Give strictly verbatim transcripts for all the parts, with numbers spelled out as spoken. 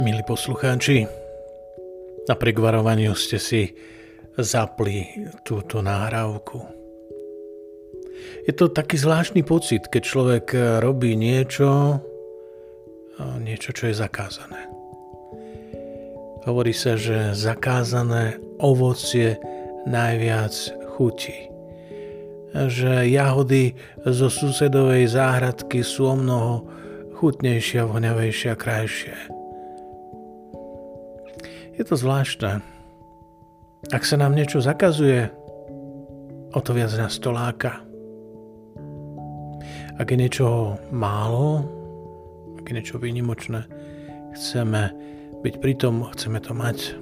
Milí poslucháči, napriek varovaniu ste si zapli túto nahrávku. Je to taký zvláštny pocit, keď človek robí niečo, niečo, čo je zakázané. Hovorí sa, že zakázané ovocie najviac chutí. Že jahody zo susedovej záhradky sú omnoho chutnejšie, voňavejšie a krajšie. Je to zvláštne. Ak sa nám niečo zakazuje, o to viac nás to láka. Ak je niečo málo, ak je niečo výnimočné, chceme byť pri tom, chceme to mať.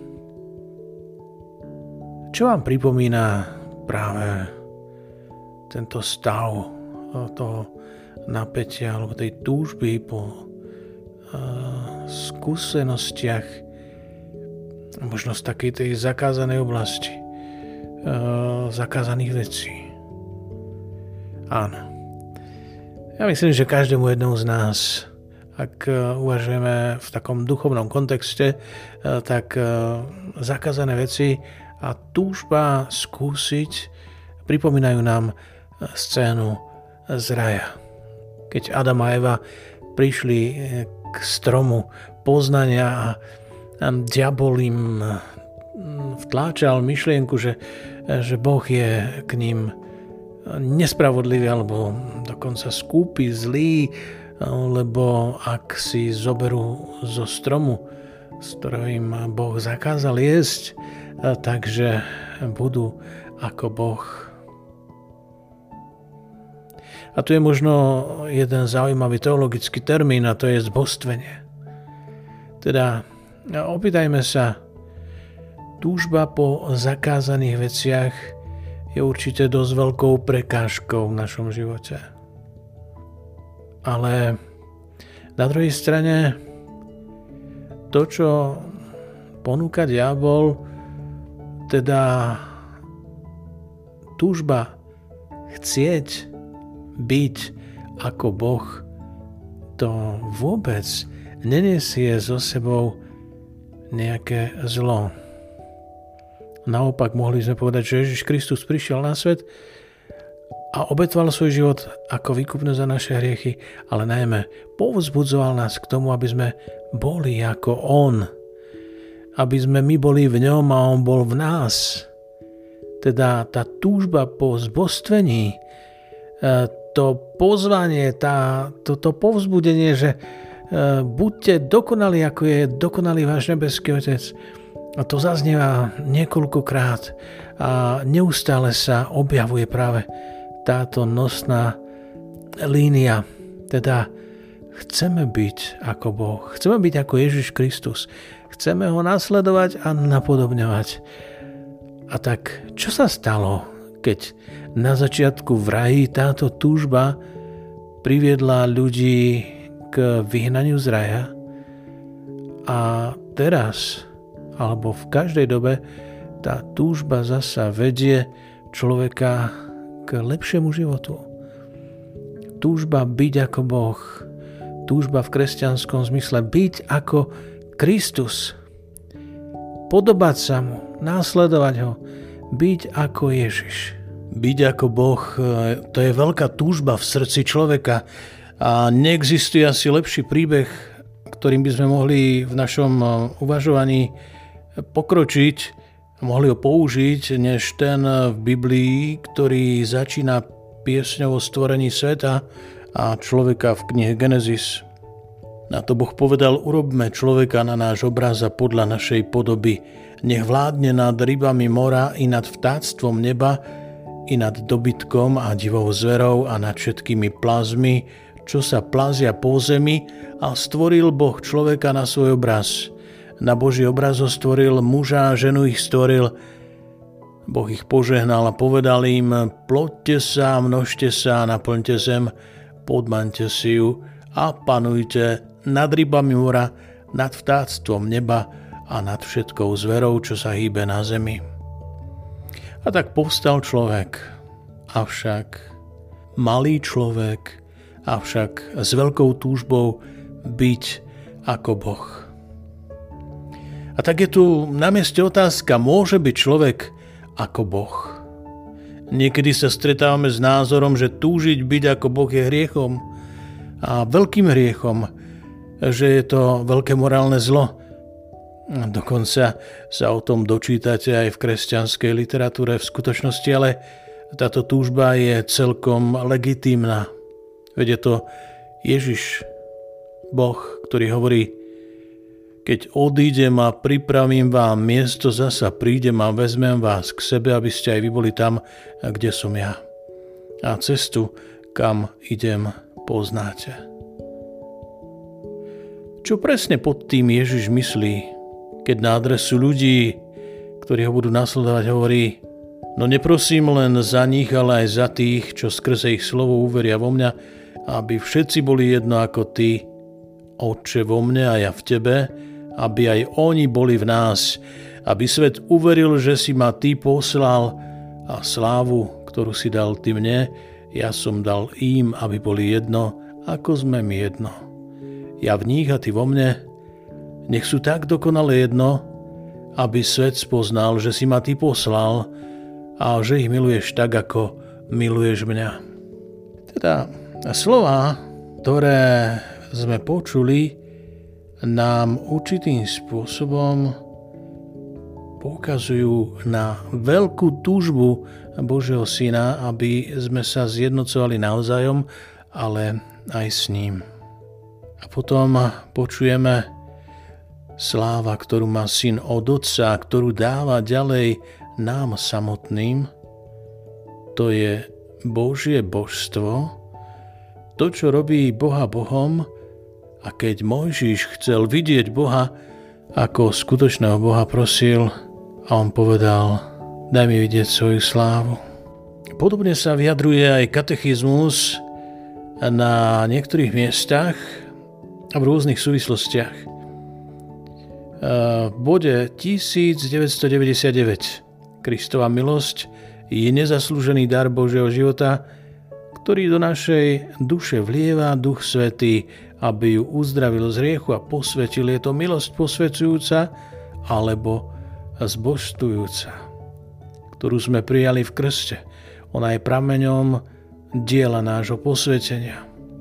Čo vám pripomína práve tento stav toho napätia alebo tej túžby po uh, skúsenostiach, možno z takej tej zakázanej oblasti, uh, zakázaných vecí? Áno. Ja myslím, že každému jednému z nás, ak uh, uvažujeme v takom duchovnom kontexte, uh, tak uh, zakázané veci a túžba skúsiť pripomínajú nám scénu z raja. Keď Adam a Eva prišli k stromu poznania a diabol im vtláčal myšlienku, že, že Boh je k ním nespravodlivý alebo dokonca skúpy, zlý, lebo ak si zoberú zo stromu, z ktorého im Boh zakázal jesť, takže budú ako Boh. A tu je možno jeden zaujímavý teologický termín, a to je zbostvenie. Teda opýtajme sa, túžba po zakázaných veciach je určite dosť veľkou prekážkou v našom živote. Ale na druhej strane to, čo ponúka diabol, teda túžba chcieť byť ako Boh, to vôbec nenesie so sebou nejaké zlo. Naopak, mohli sme povedať, že Ježiš Kristus prišiel na svet a obetoval svoj život ako výkupné za naše hriechy, ale najmä povzbudzoval nás k tomu, aby sme boli ako On. Aby sme my boli v ňom a On bol v nás. Teda tá túžba po zbostvení, to pozvanie, tá, to, to povzbudenie, že uh, buďte dokonalí, ako je dokonalý váš nebeský Otec. A to zaznieva niekoľkokrát a neustále sa objavuje práve táto nosná línia. Teda chceme byť ako Boh, chceme byť ako Ježiš Kristus, chceme ho nasledovať a napodobňovať. A tak, čo sa stalo, keď na začiatku v raji táto túžba priviedla ľudí k vyhnaniu z raja a teraz, alebo v každej dobe, tá túžba zasa vedie človeka k lepšiemu životu. Túžba byť ako Boh, túžba v kresťanskom zmysle byť ako Kristus, podobať sa mu, následovať ho, byť ako Ježiš. Byť ako Boh, to je veľká túžba v srdci človeka a neexistuje asi lepší príbeh, ktorým by sme mohli v našom uvažovaní pokročiť, mohli ho použiť, než ten v Biblii, ktorý začína piesňou o stvorení sveta a človeka v knihe Genesis. Na to Boh povedal: urobme človeka na náš obraz a podľa našej podoby. Nech vládne nad rybami mora i nad vtáctvom neba, i nad dobytkom a divou zverou a nad všetkými plazmi, čo sa plazia po zemi, a stvoril Boh človeka na svoj obraz. Na Boží obraz ho stvoril, muža a ženu ich stvoril. Boh ich požehnal a povedal im: ploďte sa, množte sa, naplňte zem, podmaňte si ju a panujte nad rybami mora, nad vtáctvom neba a nad všetkou zverou, čo sa hýbe na zemi. A tak povstal človek, avšak malý človek, avšak s veľkou túžbou byť ako Boh. A tak je tu na mieste otázka, môže byť človek ako Boh? Niekedy sa stretávame s názorom, že túžiť byť ako Boh je hriechom a veľkým hriechom, že je to veľké morálne zlo. Dokonca sa o tom dočítate aj v kresťanskej literatúre v skutočnosti, ale táto túžba je celkom legitímna. Veď je to Ježiš, Boh, ktorý hovorí: keď odídem a pripravím vám miesto, zasa prídem a vezmem vás k sebe, aby ste aj vy boli tam, kde som ja. A cestu, kam idem, poznáte. Čo presne pod tým Ježiš myslí, keď na adresu ľudí, ktorí ho budú nasledovať, hovorí: no neprosím len za nich, ale aj za tých, čo skrze ich slovo uveria vo mňa, aby všetci boli jedno ako ty, Otče, vo mne a ja v tebe, aby aj oni boli v nás, aby svet uveril, že si ma ty poslal a slávu, ktorú si dal ty mne, ja som dal im, aby boli jedno, ako sme my jedno. Ja v nich a ty vo mne, nech sú tak dokonale jedno, aby svet spoznal, že si ma ty poslal a že ich miluješ tak, ako miluješ mňa. Teda slová, ktoré sme počuli, nám určitým spôsobom poukazujú na veľkú túžbu Božieho Syna, aby sme sa zjednocovali navzájom, ale aj s ním. A potom počujeme sláva, ktorú má Syn od Otca, ktorú dáva ďalej nám samotným. To je Božie božstvo, to, čo robí Boha Bohom. A keď Mojžiš chcel vidieť Boha, ako skutočného Boha prosil, a on povedal: daj mi vidieť svoju slávu. Podobne sa vyjadruje aj katechizmus na niektorých miestach a v rôznych súvislostiach. V bode tisícdeväťstodeväťdesiatdeväť Kristova milosť je nezaslúžený dar Božieho života, ktorý do našej duše vlieva Duch Svätý, aby ju uzdravil z hriechu a posvetil. Je to milosť posvedzujúca alebo zbožstvujúca, ktorú sme prijali v krste. Ona je prameňom diela nášho posvetenia.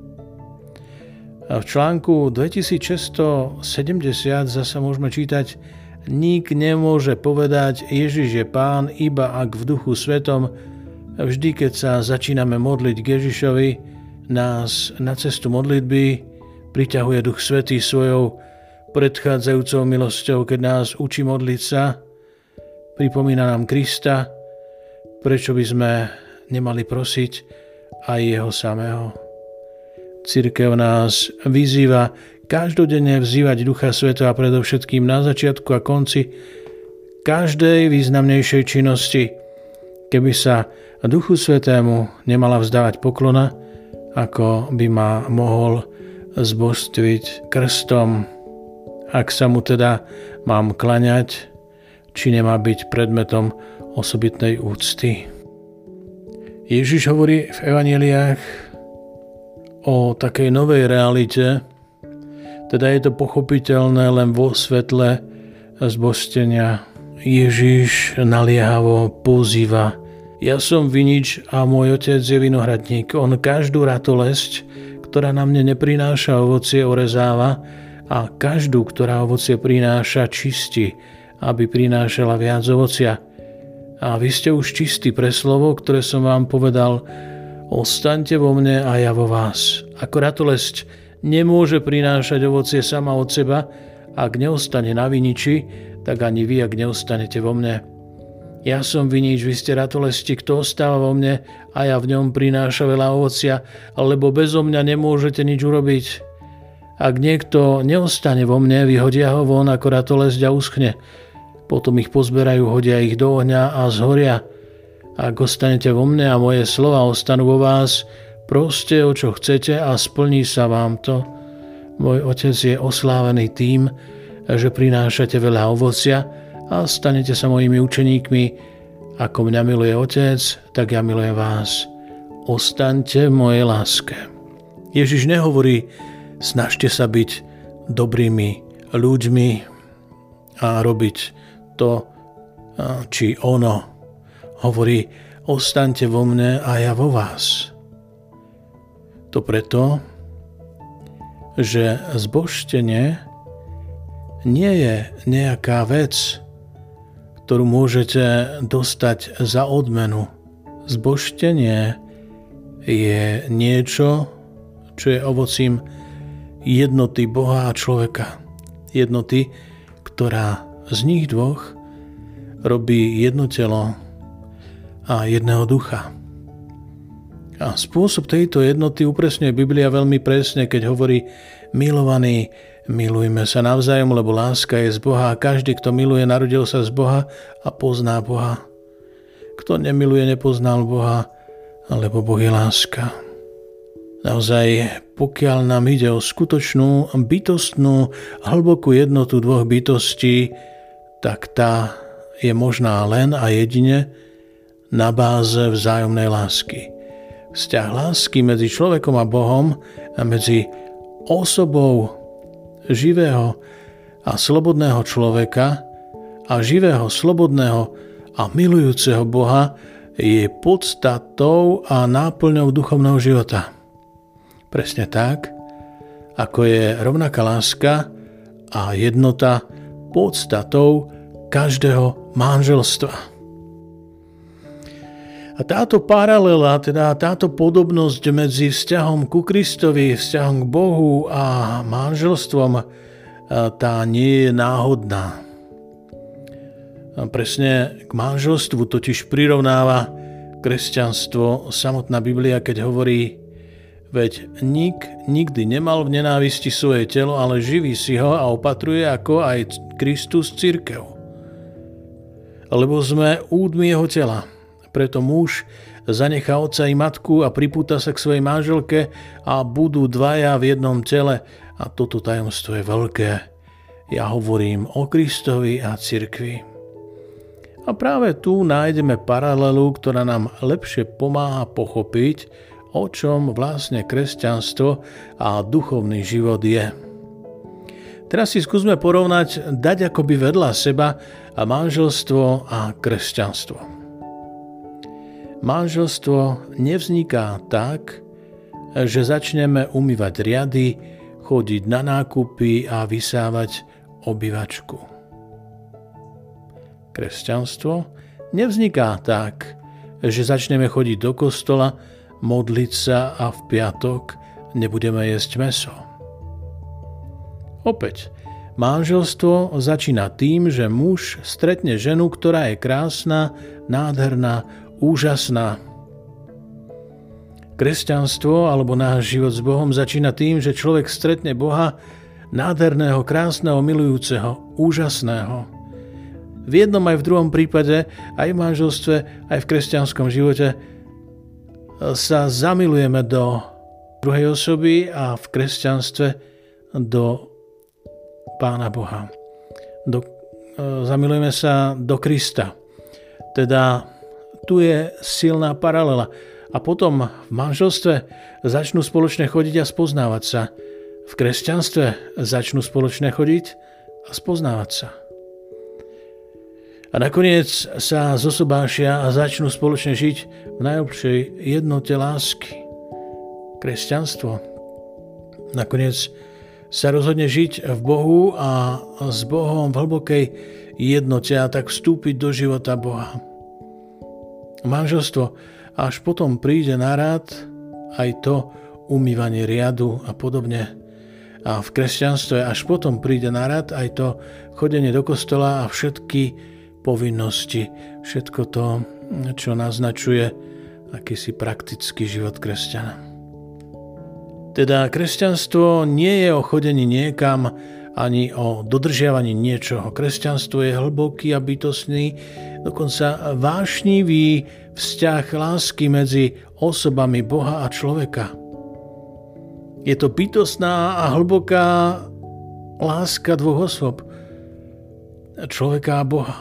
A v článku dvetisícšesťstosedemdesiat zasa môžeme čítať: nik nemôže povedať Ježiš je Pán, iba ak v Duchu Svetom. Vždy, keď sa začíname modliť k Ježišovi, nás na cestu modlitby priťahuje Duch Svätý svojou predchádzajúcou milosťou, keď nás učí modliť sa, pripomína nám Krista, prečo by sme nemali prosiť aj jeho samého. Cirkev nás vyzýva každodenne vzývať Ducha Svätého a predovšetkým na začiatku a konci každej významnejšej činnosti. Keby sa Duchu Svätému nemala vzdávať poklona, ako by ma mohol zbožstviť krstom. Ak sa mu teda mám klaňať, či nemá byť predmetom osobitnej úcty. Ježiš hovorí v evanjeliách o takej novej realite, teda je to pochopiteľné len vo svetle zbožstenia. Ježiš naliehavo pozýva: ja som vinič a môj otec je vinohradník. On každú ratolesť, ktorá na mne neprináša ovocie, orezáva a každú, ktorá ovocie prináša, čistí, aby prinášala viac ovocia. A vy ste už čistí pre slovo, ktoré som vám povedal. Ostaňte vo mne a ja vo vás. Ako ratolesť nemôže prinášať ovocie sama od seba, ak neostane na viniči, tak ani vy, ak neostanete vo mne. Ja som vinič, vy ste ratolesti, kto ostáva vo mne a ja v ňom prináša veľa ovocia, lebo bezo mňa nemôžete nič urobiť. Ak niekto neostane vo mne, vyhodia ho von ako ratolesť a uschne. Potom ich pozberajú, hodia ich do ohňa a zhoria. Ak ostanete vo mne a moje slova ostanú vo vás, proste o čo chcete a splní sa vám to. Môj otec je oslávený tým, že prinášate veľa ovocia a stanete sa mojimi učeníkmi. Ako mňa miluje Otec, tak ja milujem vás. Ostaňte v mojej láske. Ježiš nehovorí: snažte sa byť dobrými ľuďmi, a robiť to, či ono. Hovorí, ostaňte vo mne a ja vo vás. To preto, že zbožtenie nie je nejaká vec, ktorú môžete dostať za odmenu. Zbožtenie je niečo, čo je ovocím jednoty Boha a človeka. Jednoty, ktorá z nich dvoch robí jedno telo a jedného ducha. A spôsob tejto jednoty upresňuje Biblia veľmi presne, keď hovorí: milovaní, milujme sa navzájom, lebo láska je z Boha a každý, kto miluje, narodil sa z Boha a pozná Boha. Kto nemiluje, nepoznal Boha, lebo Boh je láska. Naozaj, pokiaľ nám ide o skutočnú, bytostnú, hlbokú jednotu dvoch bytostí, tak tá je možná len a jedine na báze vzájomnej lásky. Vzťah lásky medzi človekom a Bohom a medzi osobou živého a slobodného človeka a živého, slobodného a milujúceho Boha je podstatou a náplňou duchovného života. Presne tak, ako je rovnaká láska a jednota podstatou každého manželstva. A táto paralela, teda táto podobnosť medzi vzťahom ku Kristovi, vzťahom k Bohu a manželstvom, tá nie je náhodná. A presne k manželstvu totiž prirovnáva kresťanstvo samotná Biblia, keď hovorí: veď nik nikdy nemal v nenávisti svoje telo, ale živí si ho a opatruje ako aj Kristus cirkev. Lebo sme údmi jeho tela. Preto muž zanechá otca i matku a pripúta sa k svojej manželke a budú dvaja v jednom tele. A toto tajomstvo je veľké. Ja hovorím o Kristovi a cirkvi. A práve tu nájdeme paralelu, ktorá nám lepšie pomáha pochopiť, o čom vlastne kresťanstvo a duchovný život je. Teraz si skúsme porovnať, dať akoby vedľa seba manželstvo a kresťanstvo. Manželstvo nevzniká tak, že začneme umývať riady, chodiť na nákupy a vysávať obývačku. Kresťanstvo nevzniká tak, že začneme chodiť do kostola, modliť sa a v piatok nebudeme jesť mäso. Opäť, manželstvo začína tým, že muž stretne ženu, ktorá je krásna, nádherná, úžasná. Kresťanstvo alebo náš život s Bohom začína tým, že človek stretne Boha, nádherného, krásneho, milujúceho, úžasného. V jednom aj v druhom prípade, aj v manželstve, aj v kresťanskom živote sa zamilujeme do druhej osoby a v kresťanstve do Pána Boha. Do, zamilujeme sa do Krista. Teda tu je silná paralela. A potom v manželstve začnú spoločne chodiť a spoznávať sa. V kresťanstve začnú spoločne chodiť a spoznávať sa. A nakoniec sa zosobášia a začnú spoločne žiť v najlepšej jednote lásky. Kresťanstvo nakoniec sa rozhodne žiť v Bohu a s Bohom v hlbokej jednote a tak vstúpiť do života Boha. Manželstvo až potom príde na rád aj to umývanie riadu a podobne. A v kresťanstve až potom príde na rád aj to chodenie do kostola a všetky povinnosti, všetko to, čo naznačuje akýsi praktický život kresťana. Teda kresťanstvo nie je o chodení niekam, ani o dodržiavaní niečoho. Kresťanstvo je hlboký a bytostný, dokonca vášnivý vzťah lásky medzi osobami Boha a človeka. Je to bytostná a hlboká láska dvoch osôb, človeka a Boha.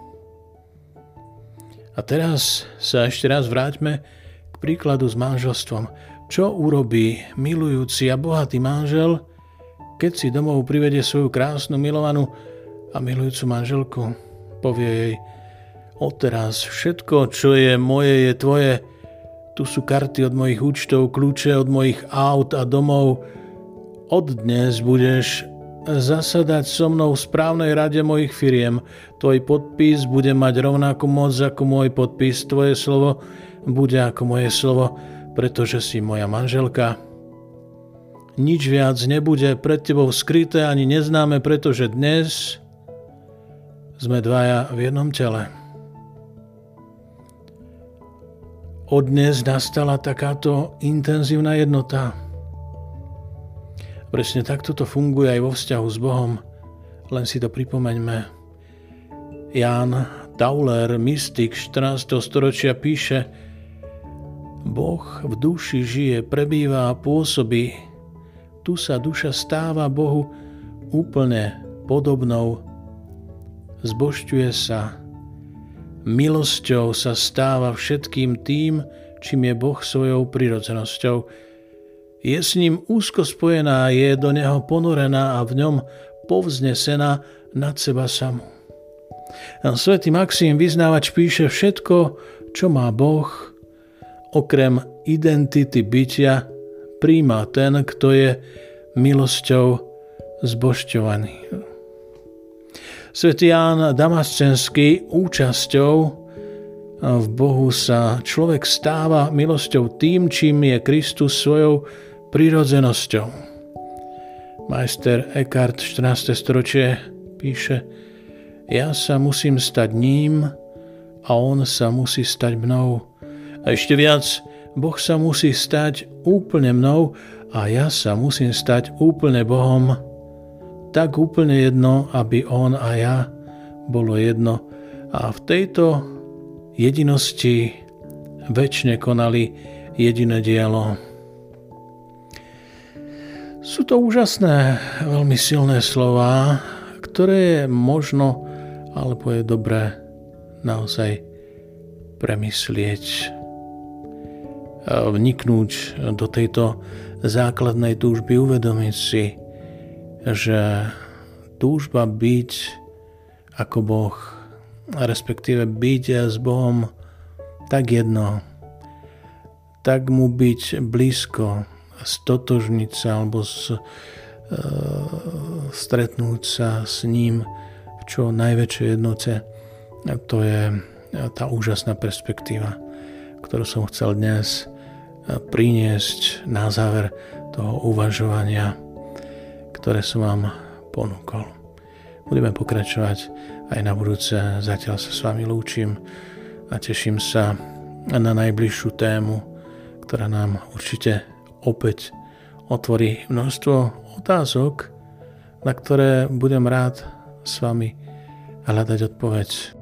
A teraz sa ešte raz vráťme k príkladu s manželstvom. Čo urobí milujúci a bohatý manžel, keď si domov privedie svoju krásnu milovanú a milujúcu manželku. Povie jej: odteraz všetko, čo je moje, je tvoje. Tu sú karty od mojich účtov, kľúče od mojich aut a domov. Od dnes budeš zasadať so mnou v správnej rade mojich firiem. Tvoj podpis bude mať rovnakú moc ako môj podpis. Tvoje slovo bude ako moje slovo, pretože si moja manželka. Nič viac nebude pred tebou skryté ani neznáme, pretože dnes sme dvaja v jednom tele. Od dnes nastala takáto intenzívna jednota. Presne takto to funguje aj vo vzťahu s Bohom, len si to pripomeňme. Ján Tauler, mystik štrnásteho storočia, píše: Boh v duši žije, prebýva a pôsobí. Tu sa duša stáva Bohu úplne podobnou. Zbožťuje sa. Milosťou sa stáva všetkým tým, čím je Boh svojou prirodzenosťou. Je s ním úzko spojená, je do neho ponorená a v ňom povznesená nad seba samú. Svätý Maxim Vyznávač píše: všetko, čo má Boh, okrem identity bytia, príjma ten, kto je milosťou zbožťovaný. Svätý Ján Damascenský: účasťou v Bohu sa človek stáva milosťou tým, čím je Kristus svojou prirodzenosťou. Majster Eckhart, štrnáste storočie, píše: ja sa musím stať ním a on sa musí stať mnou. A ešte viac, Boh sa musí stať úplne mnou a ja sa musím stať úplne Bohom. Tak úplne jedno, aby on a ja bolo jedno a v tejto jedinosti večne konali jediné dielo. Sú to úžasné, veľmi silné slová, ktoré je možno, alebo je dobré naozaj premyslieť, vniknúť do tejto základnej túžby, uvedomiť si, že túžba byť ako Boh, respektíve byť s Bohom tak jedno, tak mu byť blízko, stotožniť sa alebo s, e, stretnúť sa s ním v čo najväčšej jednote, to je tá úžasná perspektíva, ktorú som chcel dnes priniesť na záver toho uvažovania, ktoré som vám ponúkol. Budeme pokračovať aj na budúce. Zatiaľ sa s vami lúčim a teším sa na najbližšiu tému, ktorá nám určite opäť otvorí množstvo otázok, na ktoré budem rád s vami hľadať odpoveď.